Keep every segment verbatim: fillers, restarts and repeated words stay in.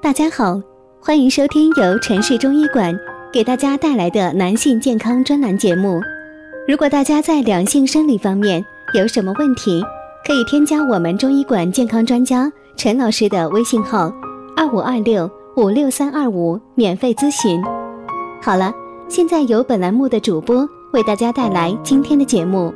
大家好，欢迎收听由城市中医馆给大家带来的男性健康专栏节目。如果大家在两性生理方面有什么问题，可以添加我们中医馆健康专家陈老师的微信号二五二六五六三二五免费咨询。好了，现在由本栏目的主播为大家带来今天的节目。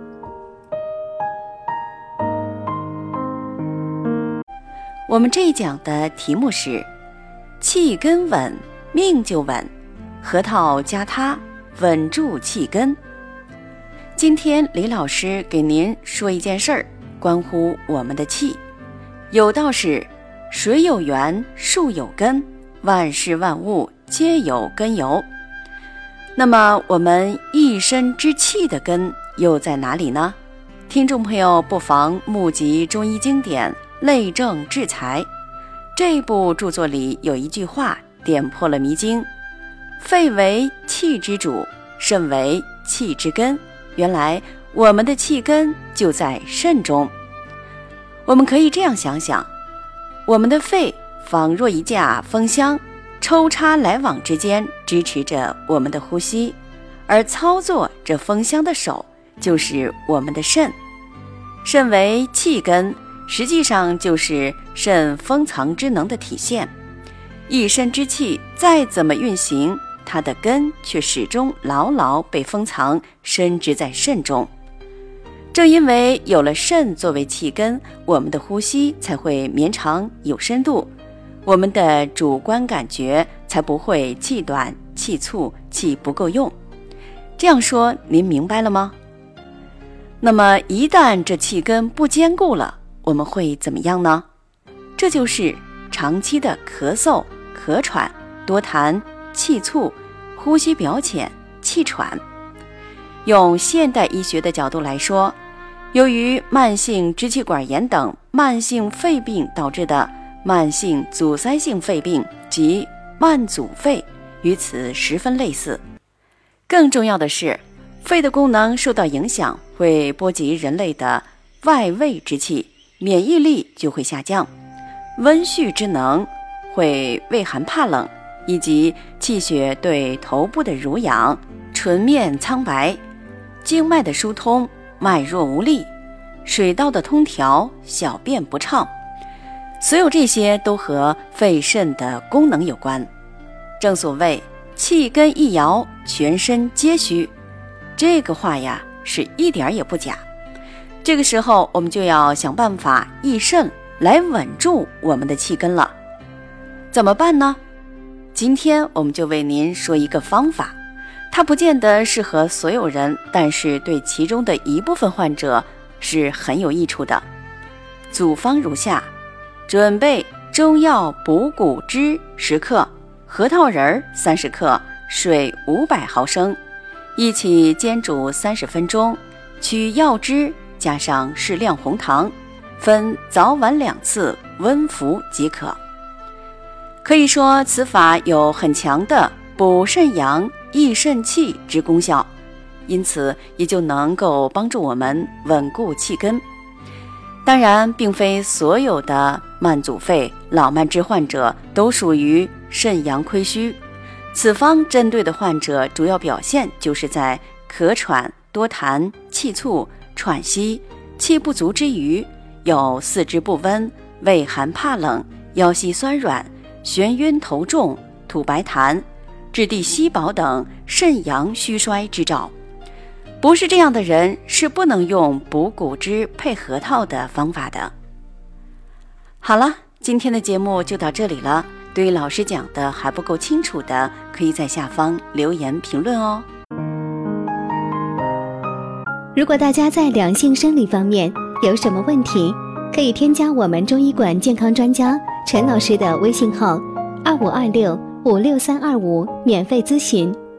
我们这一讲的题目是气根稳，命就稳，核桃加它稳住气根。今天李老师给您说一件事儿，关乎我们的气。有道是水有源，树有根，万事万物皆有根由。那么我们一身之气的根又在哪里呢？听众朋友不妨目集中医经典类证制裁，这部著作里有一句话点破了迷津：肺为气之主，肾为气之根。原来我们的气根就在肾中。我们可以这样想想，我们的肺仿若一架风箱，抽插来往之间支持着我们的呼吸，而操作这风箱的手就是我们的肾。肾为气根，实际上就是肾封藏之能的体现。一身之气再怎么运行，它的根却始终牢牢被封藏，深植在肾中。正因为有了肾作为气根，我们的呼吸才会绵长有深度，我们的主观感觉才不会气短、气促、气不够用。这样说您明白了吗？那么一旦这气根不坚固了，我们会怎么样呢？这就是长期的咳嗽、咳喘、多痰、气促、呼吸表浅、气喘。用现代医学的角度来说，由于慢性支气管炎等慢性肺病导致的慢性阻塞性肺病及慢阻肺与此十分类似。更重要的是，肺的功能受到影响，会波及人类的外胃之气，免疫力就会下降，温煦之能会畏寒怕冷，以及气血对头部的濡养，唇面苍白，经脉的疏通，脉弱无力，水道的通调，小便不畅。所有这些都和肺肾的功能有关。正所谓气根一摇，全身皆虚，这个话呀是一点也不假。这个时候我们就要想办法益肾来稳住我们的气根了。怎么办呢？今天我们就为您说一个方法，它不见得适合所有人，但是对其中的一部分患者是很有益处的。组方如下：准备中药补骨脂十克，核桃仁三十克，水五百毫升，一起煎煮三十分钟，取药汁，加上适量红糖，分早晚两次温服即可。可以说此法有很强的补肾阳、益肾气之功效，因此也就能够帮助我们稳固气根。当然并非所有的慢阻肺、老慢支患者都属于肾阳亏虚，此方针对的患者主要表现就是在咳喘、多痰、气促、喘息、气不足之余，有四肢不温、畏寒怕冷、腰膝酸软、眩晕头重、吐白痰、质地稀薄等肾阳虚衰之兆。不是这样的人是不能用补骨脂配核桃的方法的。好了，今天的节目就到这里了。对于老师讲的还不够清楚的，可以在下方留言评论哦。 如果大家在两性生理方面有什么问题，可以添加我们中医馆健康专家陈老师的微信号二五二六五六三二五免费咨询。